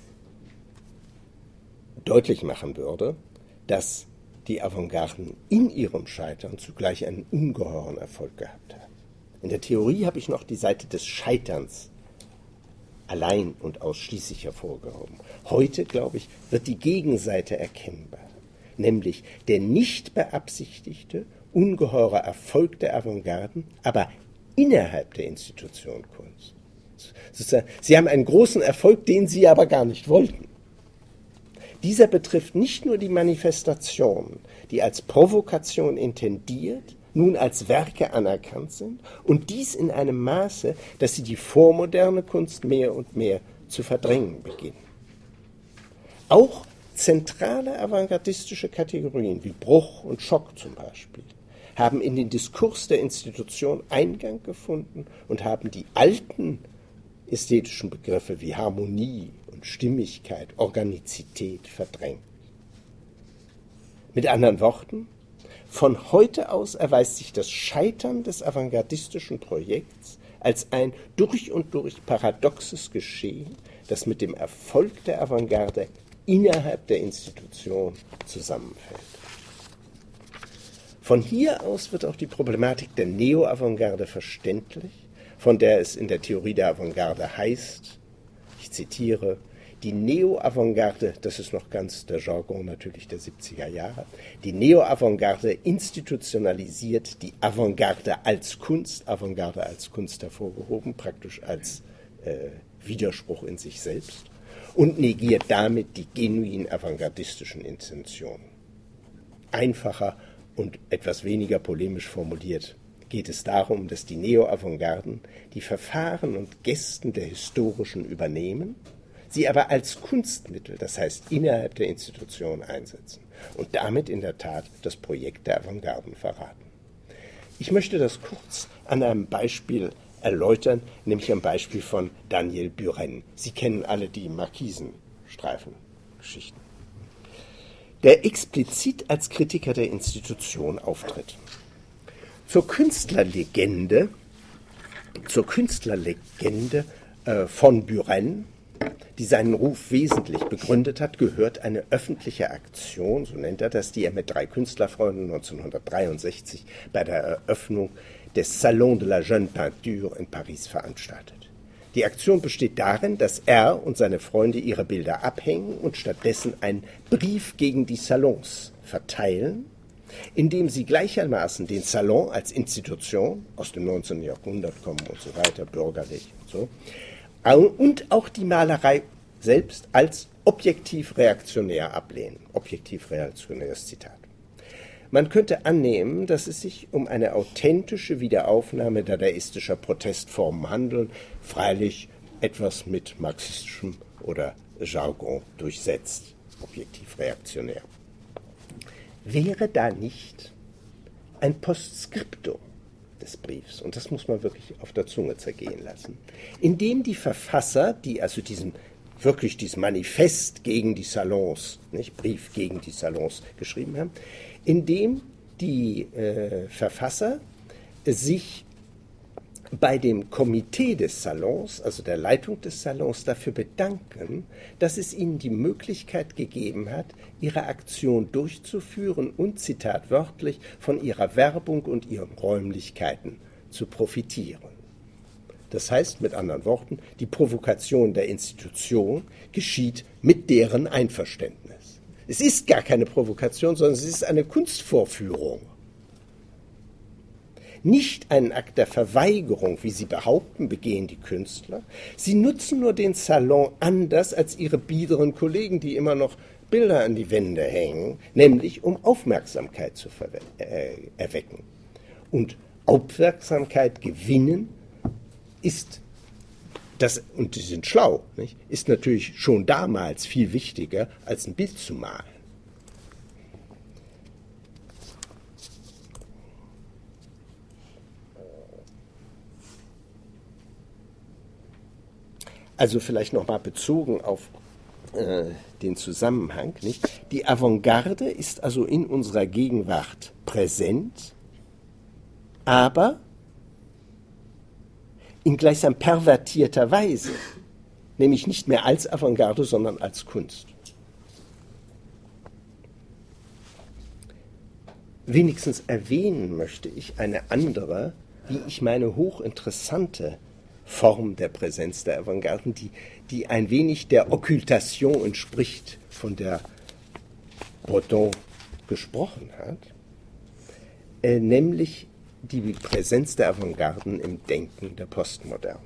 deutlich machen würde, dass die Avantgarden in ihrem Scheitern zugleich einen ungeheuren Erfolg gehabt haben. In der Theorie habe ich noch die Seite des Scheiterns allein und ausschließlich hervorgehoben. Heute, glaube ich, wird die Gegenseite erkennbar, nämlich der nicht beabsichtigte, ungeheure Erfolg der Avantgarden, aber innerhalb der Institution Kunst. Sozusagen, sie haben einen großen Erfolg, den sie aber gar nicht wollten. Dieser betrifft nicht nur die Manifestationen, die als Provokation intendiert, nun als Werke anerkannt sind, und dies in einem Maße, dass sie die vormoderne Kunst mehr und mehr zu verdrängen beginnen. Auch zentrale avantgardistische Kategorien wie Bruch und Schock zum Beispiel haben in den Diskurs der Institution Eingang gefunden und haben die alten ästhetischen Begriffe wie Harmonie und Stimmigkeit, Organizität verdrängt. Mit anderen Worten, von heute aus erweist sich das Scheitern des avantgardistischen Projekts als ein durch und durch paradoxes Geschehen, das mit dem Erfolg der Avantgarde innerhalb der Institution zusammenfällt. Von hier aus wird auch die Problematik der Neo-Avantgarde verständlich, von der es in der Theorie der Avantgarde heißt, ich zitiere, die Neo-Avantgarde, das ist noch ganz der Jargon natürlich der siebziger Jahre, die Neo-Avantgarde institutionalisiert die Avantgarde als Kunst, Avantgarde als Kunst hervorgehoben, praktisch als äh, Widerspruch in sich selbst, und negiert damit die genuin avantgardistischen Intentionen. Einfacher und etwas weniger polemisch formuliert geht es darum, dass die Neo-Avantgarden die Verfahren und Gesten der Historischen übernehmen, sie aber als Kunstmittel, das heißt innerhalb der Institution einsetzen und damit in der Tat das Projekt der Avantgarden verraten. Ich möchte das kurz an einem Beispiel erläutern, nämlich am Beispiel von Daniel Buren. Sie kennen alle die Markisenstreifen-Geschichten, der explizit als Kritiker der Institution auftritt. Zur Künstlerlegende, zur Künstlerlegende äh, von Buren, die seinen Ruf wesentlich begründet hat, gehört eine öffentliche Aktion, so nennt er das, die er mit drei Künstlerfreunden neunzehnhundertdreiundsechzig bei der Eröffnung des Salon de la Jeune Peinture in Paris veranstaltet. Die Aktion besteht darin, dass er und seine Freunde ihre Bilder abhängen und stattdessen einen Brief gegen die Salons verteilen, in dem sie gleichermaßen den Salon als Institution aus dem neunzehnten Jahrhundert kommen und so weiter, bürgerlich und so, und auch die Malerei selbst als objektiv reaktionär ablehnen. Objektiv reaktionäres Zitat. Man könnte annehmen, dass es sich um eine authentische Wiederaufnahme dadaistischer Protestformen handelt, freilich etwas mit marxistischem oder Jargon durchsetzt, objektiv reaktionär. Wäre da nicht ein Postskriptum des Briefs, und das muss man wirklich auf der Zunge zergehen lassen, indem die Verfasser, die also diesen wirklich dieses Manifest gegen die Salons, nicht Brief gegen die Salons geschrieben haben, indem die äh, Verfasser sich bei dem Komitee des Salons, also der Leitung des Salons, dafür bedanken, dass es ihnen die Möglichkeit gegeben hat, ihre Aktion durchzuführen und, Zitat wörtlich, von ihrer Werbung und ihren Räumlichkeiten zu profitieren. Das heißt, mit anderen Worten, die Provokation der Institution geschieht mit deren Einverständnis. Es ist gar keine Provokation, sondern es ist eine Kunstvorführung. Nicht einen Akt der Verweigerung, wie sie behaupten, begehen die Künstler. Sie nutzen nur den Salon anders als ihre biederen Kollegen, die immer noch Bilder an die Wände hängen, nämlich um Aufmerksamkeit zu äh, erwecken. Und Aufmerksamkeit gewinnen ist, das, und sie sind schlau, nicht, ist natürlich schon damals viel wichtiger, als ein Bild zu malen. Also vielleicht nochmal bezogen auf äh, den Zusammenhang. Nicht? Die Avantgarde ist also in unserer Gegenwart präsent, aber in gleichsam pervertierter Weise, nämlich nicht mehr als Avantgarde, sondern als Kunst. Wenigstens erwähnen möchte ich eine andere, wie ich meine, hochinteressante Form der Präsenz der Avantgarde, die, die ein wenig der Okkultation entspricht, von der Breton gesprochen hat, äh, nämlich die Präsenz der Avantgarden im Denken der Postmoderne.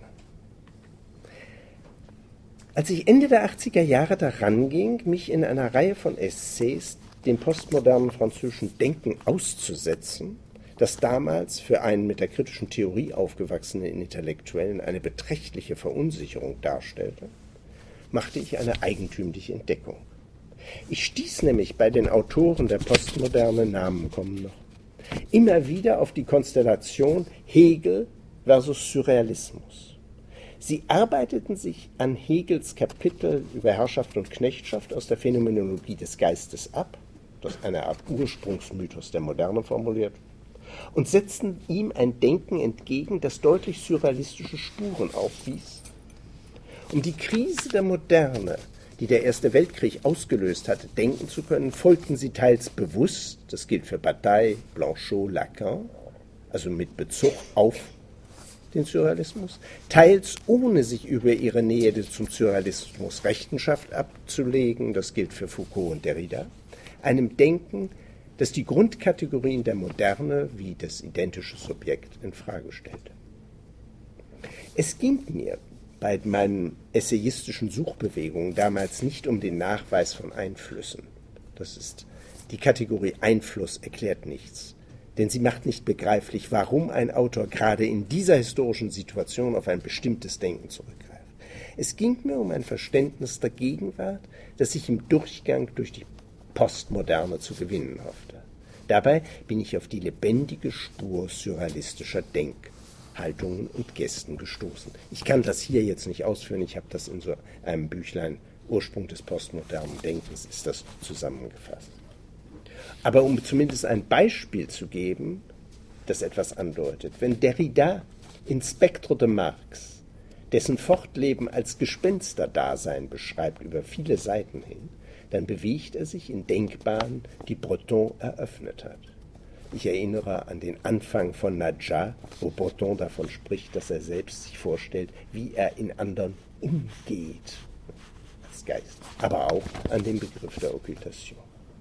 Als ich Ende der achtziger Jahre daran ging, mich in einer Reihe von Essays dem postmodernen französischen Denken auszusetzen, das damals für einen mit der kritischen Theorie aufgewachsenen Intellektuellen eine beträchtliche Verunsicherung darstellte, machte ich eine eigentümliche Entdeckung. Ich stieß nämlich bei den Autoren der Postmoderne, Namen kommen noch, immer wieder auf die Konstellation Hegel versus Surrealismus. Sie arbeiteten sich an Hegels Kapitel über Herrschaft und Knechtschaft aus der Phänomenologie des Geistes ab, das eine Art Ursprungsmythos der Moderne formuliert, und setzten ihm ein Denken entgegen, das deutlich surrealistische Spuren aufwies. Um die Krise der Moderne, die der Erste Weltkrieg ausgelöst hatte, denken zu können, folgten sie teils bewusst, das gilt für Bataille, Blanchot, Lacan, also mit Bezug auf den Surrealismus, teils ohne sich über ihre Nähe zum Surrealismus Rechenschaft abzulegen, das gilt für Foucault und Derrida, einem Denken, das die Grundkategorien der Moderne wie das identische Subjekt in Frage stellte. Es ging mir bei meinen essayistischen Suchbewegungen damals nicht um den Nachweis von Einflüssen. Das ist die Kategorie Einfluss erklärt nichts, denn sie macht nicht begreiflich, warum ein Autor gerade in dieser historischen Situation auf ein bestimmtes Denken zurückgreift. Es ging mir um ein Verständnis der Gegenwart, das ich im Durchgang durch die Postmoderne zu gewinnen hoffte. Dabei bin ich auf die lebendige Spur surrealistischer Denkhaltungen und Gesten gestoßen. Ich kann das hier jetzt nicht ausführen, ich habe das in so einem Büchlein Ursprung des postmodernen Denkens ist das zusammengefasst. Aber um zumindest ein Beispiel zu geben, das etwas andeutet, wenn Derrida in Spectre de Marx dessen Fortleben als Gespensterdasein beschreibt über viele Seiten hin, dann bewegt er sich in Denkbahnen, die Breton eröffnet hat. Ich erinnere an den Anfang von Nadja, wo Breton davon spricht, dass er selbst sich vorstellt, wie er in anderen umgeht, als Geist, aber auch an den Begriff der Okkultation.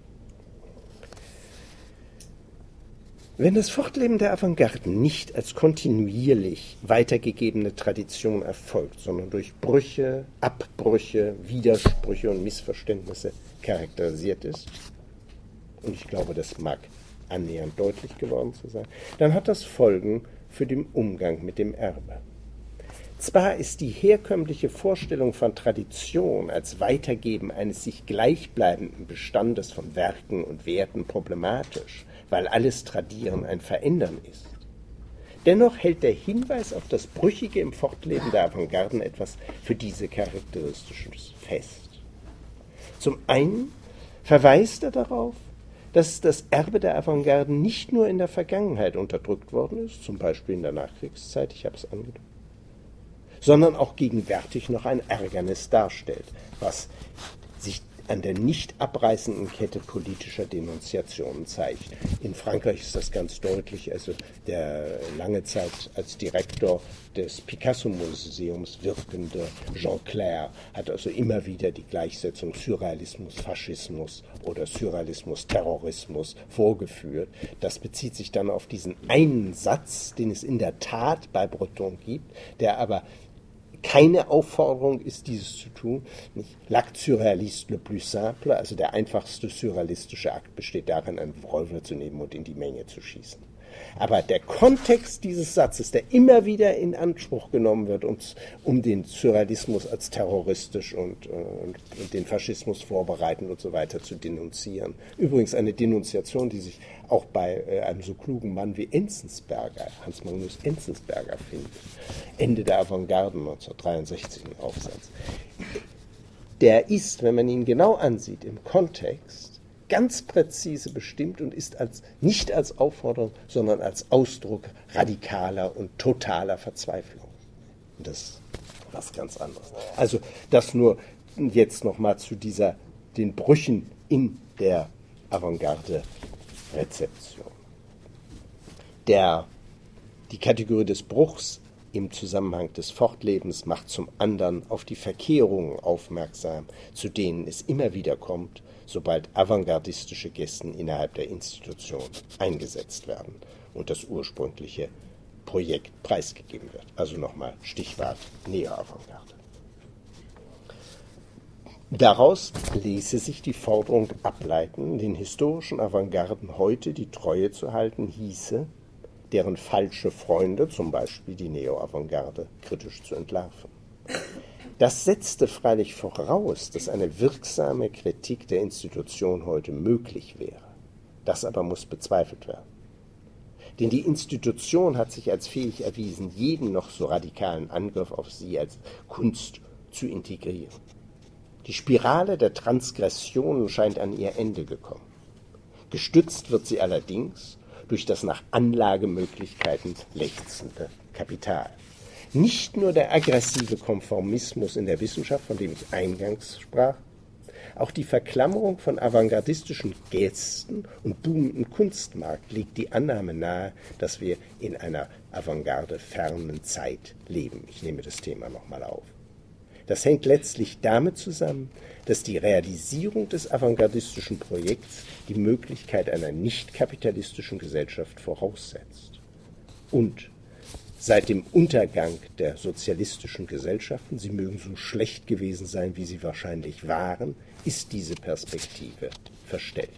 Wenn das Fortleben der Avantgarde nicht als kontinuierlich weitergegebene Tradition erfolgt, sondern durch Brüche, Abbrüche, Widersprüche und Missverständnisse charakterisiert ist, und ich glaube, das mag annähernd deutlich geworden zu sein, dann hat das Folgen für den Umgang mit dem Erbe. Zwar ist die herkömmliche Vorstellung von Tradition als Weitergeben eines sich gleichbleibenden Bestandes von Werken und Werten problematisch, weil alles Tradieren ein Verändern ist. Dennoch hält der Hinweis auf das Brüchige im Fortleben der Avantgarden etwas für diese Charakteristisches fest. Zum einen verweist er darauf, dass das Erbe der Avantgarden nicht nur in der Vergangenheit unterdrückt worden ist, zum Beispiel in der Nachkriegszeit, ich habe es angedeutet, sondern auch gegenwärtig noch ein Ärgernis darstellt, was sich an der nicht abreißenden Kette politischer Denunziationen zeigt. In Frankreich ist das ganz deutlich, also der lange Zeit als Direktor des Picasso-Museums wirkende Jean Clair hat also immer wieder die Gleichsetzung Surrealismus, Faschismus oder Surrealismus, Terrorismus vorgeführt. Das bezieht sich dann auf diesen einen Satz, den es in der Tat bei Breton gibt, der aber keine Aufforderung ist, dieses zu tun. L'acte surréaliste le plus simple, also der einfachste surrealistische Akt besteht darin, einen Revolver zu nehmen und in die Menge zu schießen. Aber der Kontext dieses Satzes, der immer wieder in Anspruch genommen wird, um, um den Surrealismus als terroristisch und, äh, und den Faschismus vorbereitend und so weiter zu denunzieren. Übrigens eine Denunziation, die sich auch bei äh, einem so klugen Mann wie Enzensberger, Hans Magnus Enzensberger findet. Ende der Avantgarden neunzehnhundertdreiundsechzig im Aufsatz. Der ist, wenn man ihn genau ansieht, im Kontext ganz präzise bestimmt und ist als, nicht als Aufforderung, sondern als Ausdruck radikaler und totaler Verzweiflung. Und das ist was ganz anderes. Also das nur jetzt nochmal zu dieser, den Brüchen in der Avantgarde-Rezeption. Der, die Kategorie des Bruchs im Zusammenhang des Fortlebens macht zum anderen auf die Verkehrungen aufmerksam, zu denen es immer wieder kommt, sobald avantgardistische Gesten innerhalb der Institution eingesetzt werden und das ursprüngliche Projekt preisgegeben wird. Also nochmal Stichwort Neo-Avantgarde. Daraus ließe sich die Forderung ableiten, den historischen Avantgarden heute die Treue zu halten, hieße, deren falsche Freunde, zum Beispiel die Neo-Avantgarde, kritisch zu entlarven. Das setzte freilich voraus, dass eine wirksame Kritik der Institution heute möglich wäre. Das aber muss bezweifelt werden. Denn die Institution hat sich als fähig erwiesen, jeden noch so radikalen Angriff auf sie als Kunst zu integrieren. Die Spirale der Transgressionen scheint an ihr Ende gekommen. Gestützt wird sie allerdings durch das nach Anlagemöglichkeiten lechzende Kapital. Nicht nur der aggressive Konformismus in der Wissenschaft, von dem ich eingangs sprach, auch die Verklammerung von avantgardistischen Gesten und boomenden Kunstmarkt legt die Annahme nahe, dass wir in einer avantgarde-fernen Zeit leben. Ich nehme das Thema nochmal auf. Das hängt letztlich damit zusammen, dass die Realisierung des avantgardistischen Projekts die Möglichkeit einer nicht-kapitalistischen Gesellschaft voraussetzt. Und seit dem Untergang der sozialistischen Gesellschaften, sie mögen so schlecht gewesen sein, wie sie wahrscheinlich waren, ist diese Perspektive verstellt.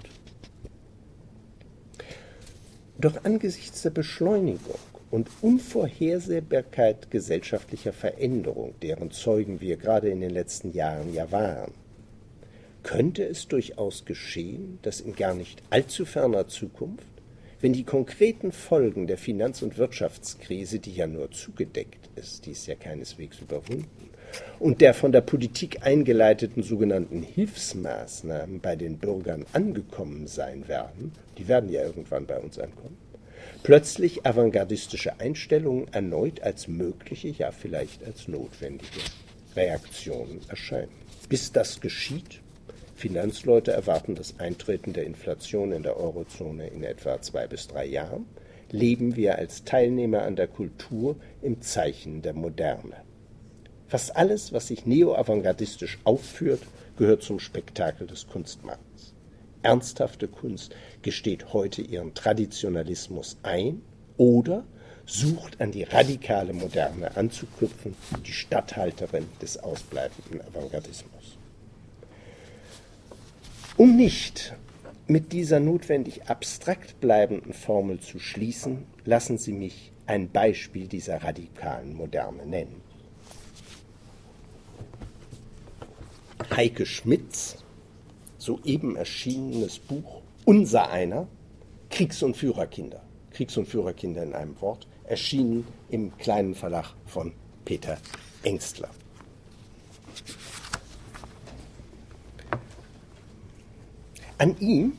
Doch angesichts der Beschleunigung und Unvorhersehbarkeit gesellschaftlicher Veränderung, deren Zeugen wir gerade in den letzten Jahren ja waren, könnte es durchaus geschehen, dass in gar nicht allzu ferner Zukunft, wenn die konkreten Folgen der Finanz- und Wirtschaftskrise, die ja nur zugedeckt ist, die ist ja keineswegs überwunden, und der von der Politik eingeleiteten sogenannten Hilfsmaßnahmen bei den Bürgern angekommen sein werden, die werden ja irgendwann bei uns ankommen, plötzlich avantgardistische Einstellungen erneut als mögliche, ja vielleicht als notwendige Reaktionen erscheinen. Bis das geschieht, Finanzleute erwarten das Eintreten der Inflation in der Eurozone in etwa zwei bis drei Jahren, leben wir als Teilnehmer an der Kultur im Zeichen der Moderne. Fast alles, was sich neo-avantgardistisch aufführt, gehört zum Spektakel des Kunstmarkts. Ernsthafte Kunst gesteht heute ihren Traditionalismus ein oder sucht an die radikale Moderne anzuknüpfen, die Statthalterin des ausbleibenden Avantgardismus. Um nicht mit dieser notwendig abstrakt bleibenden Formel zu schließen, lassen Sie mich ein Beispiel dieser radikalen Moderne nennen. Heike Schmidts soeben erschienenes Buch Unser einer, Kriegs- und Führerkinder. Kriegs- und Führerkinder in einem Wort, erschienen im kleinen Verlag von Peter Engstler. An ihm,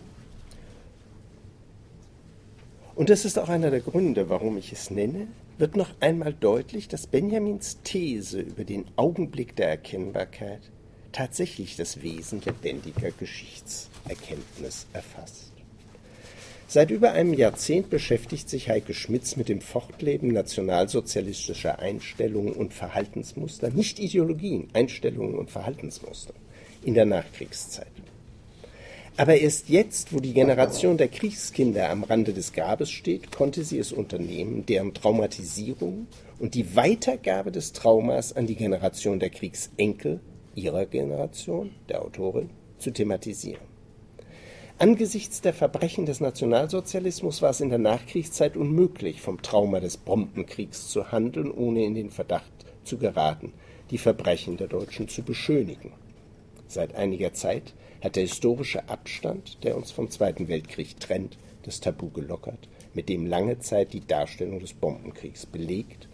und das ist auch einer der Gründe, warum ich es nenne, wird noch einmal deutlich, dass Benjamins These über den Augenblick der Erkennbarkeit tatsächlich das Wesen lebendiger Geschichtserkenntnis erfasst. Seit über einem Jahrzehnt beschäftigt sich Heike Schmitz mit dem Fortleben nationalsozialistischer Einstellungen und Verhaltensmuster, nicht Ideologien, Einstellungen und Verhaltensmuster in der Nachkriegszeit. Aber erst jetzt, wo die Generation der Kriegskinder am Rande des Grabes steht, konnte sie es unternehmen, deren Traumatisierung und die Weitergabe des Traumas an die Generation der Kriegsenkel, ihrer Generation, der Autorin, zu thematisieren. Angesichts der Verbrechen des Nationalsozialismus war es in der Nachkriegszeit unmöglich, vom Trauma des Bombenkriegs zu handeln, ohne in den Verdacht zu geraten, die Verbrechen der Deutschen zu beschönigen. Seit einiger Zeit hat der historische Abstand, der uns vom Zweiten Weltkrieg trennt, das Tabu gelockert, mit dem lange Zeit die Darstellung des Bombenkriegs belegt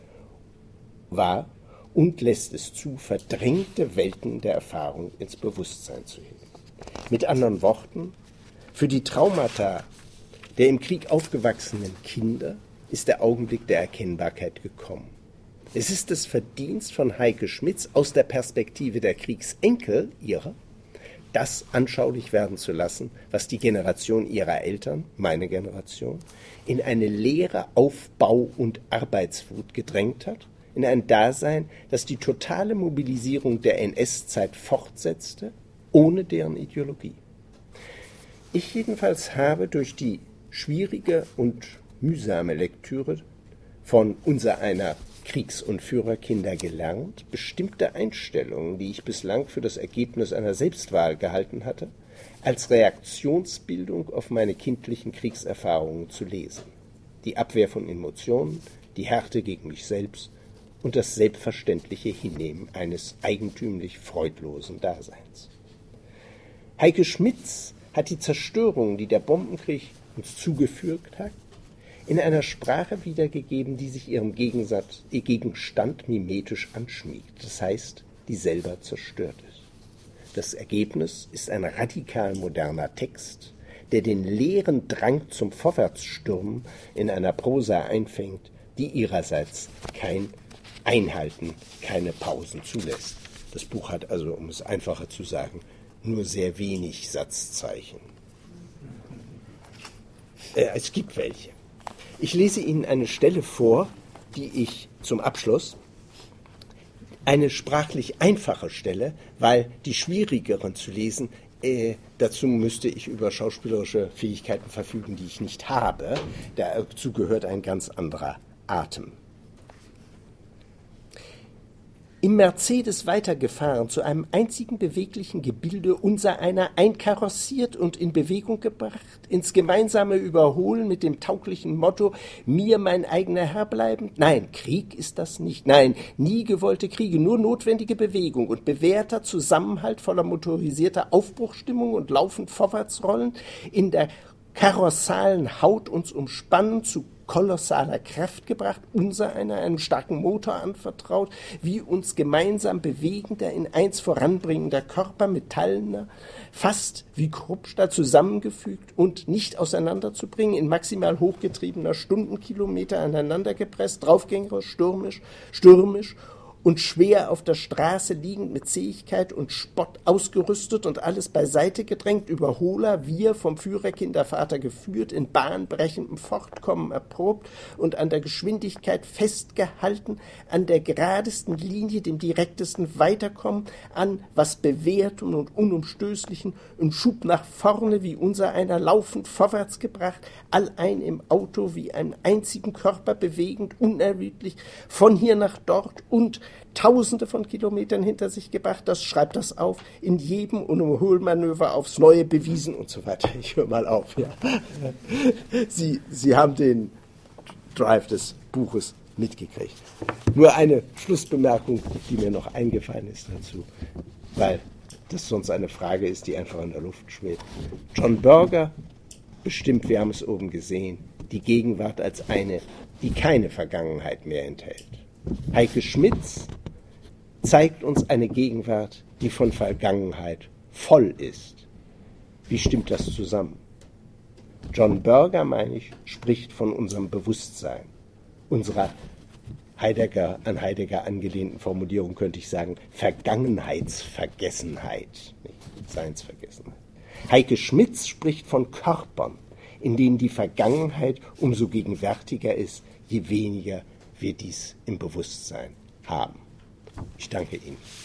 war und lässt es zu, verdrängte Welten der Erfahrung ins Bewusstsein zu heben. Mit anderen Worten, für die Traumata der im Krieg aufgewachsenen Kinder ist der Augenblick der Erkennbarkeit gekommen. Es ist das Verdienst von Heike Schmitz, aus der Perspektive der Kriegsenkel ihrer, das anschaulich werden zu lassen, was die Generation ihrer Eltern, meine Generation, in eine leere Aufbau- und Arbeitswut gedrängt hat, in ein Dasein, das die totale Mobilisierung der N S-Zeit fortsetzte, ohne deren Ideologie. Ich jedenfalls habe durch die schwierige und mühsame Lektüre von Unsereiner Kriegs- und Führerkinder gelernt, bestimmte Einstellungen, die ich bislang für das Ergebnis einer Selbstwahl gehalten hatte, als Reaktionsbildung auf meine kindlichen Kriegserfahrungen zu lesen. Die Abwehr von Emotionen, die Härte gegen mich selbst und das selbstverständliche Hinnehmen eines eigentümlich freudlosen Daseins. Heike Schmitz hat die Zerstörung, die der Bombenkrieg uns zugefügt hat, in einer Sprache wiedergegeben, die sich ihrem Gegensatz, ihr Gegenstand mimetisch anschmiegt, das heißt, die selber zerstört ist. Das Ergebnis ist ein radikal moderner Text, der den leeren Drang zum Vorwärtsstürmen in einer Prosa einfängt, die ihrerseits kein Einhalten, keine Pausen zulässt. Das Buch hat also, um es einfacher zu sagen, nur sehr wenig Satzzeichen. Äh, es gibt welche. Ich lese Ihnen eine Stelle vor, die ich zum Abschluss, eine sprachlich einfache Stelle, weil die schwierigeren zu lesen, äh, dazu müsste ich über schauspielerische Fähigkeiten verfügen, die ich nicht habe. Dazu gehört ein ganz anderer Atem. Im Mercedes weitergefahren, zu einem einzigen beweglichen Gebilde unsereiner einkarossiert und in Bewegung gebracht, ins gemeinsame Überholen mit dem tauglichen Motto, mir mein eigener Herr bleiben? Nein, Krieg ist das nicht. Nein, nie gewollte Kriege, nur notwendige Bewegung und bewährter Zusammenhalt voller motorisierter Aufbruchstimmung und laufend vorwärtsrollen, in der karossalen Haut uns umspannen, zu kolossaler Kraft gebracht, unser einer einem starken Motor anvertraut, wie uns gemeinsam bewegender, in eins voranbringender Körper metallener, fast wie Kruppstahl zusammengefügt und nicht auseinanderzubringen, in maximal hochgetriebener Stundenkilometer aneinandergepresst, draufgängerisch, stürmisch, stürmisch und schwer auf der Straße liegend, mit Zähigkeit und Spott ausgerüstet und alles beiseite gedrängt, Überholer, wir vom Führerkindervater geführt, in bahnbrechendem Fortkommen erprobt und an der Geschwindigkeit festgehalten, an der geradesten Linie, dem direktesten Weiterkommen, an was Bewährtem und Unumstößlichen, im Schub nach vorne, wie unser einer laufend vorwärts gebracht, allein im Auto wie einen einzigen Körper bewegend, unermüdlich, von hier nach dort und Tausende von Kilometern hinter sich gebracht, das schreibt das auf, in jedem Unumholmanöver aufs Neue bewiesen und so weiter. Ich höre mal auf. Ja. Sie, Sie haben den Drive des Buches mitgekriegt. Nur eine Schlussbemerkung, die mir noch eingefallen ist dazu, weil das sonst eine Frage ist, die einfach in der Luft schwebt. John Berger bestimmt, wir haben es oben gesehen, die Gegenwart als eine die keine Vergangenheit mehr enthält. Heike Schmitz zeigt uns eine Gegenwart, die von Vergangenheit voll ist. Wie stimmt das zusammen? John Berger, meine ich, spricht von unserem Bewusstsein, unserer Heidegger, an Heidegger angelehnten Formulierung könnte ich sagen, Vergangenheitsvergessenheit, nicht Seinsvergessenheit. Heike Schmitz spricht von Körpern, in denen die Vergangenheit umso gegenwärtiger ist, je weniger wir dies im Bewusstsein haben. Ich danke Ihnen.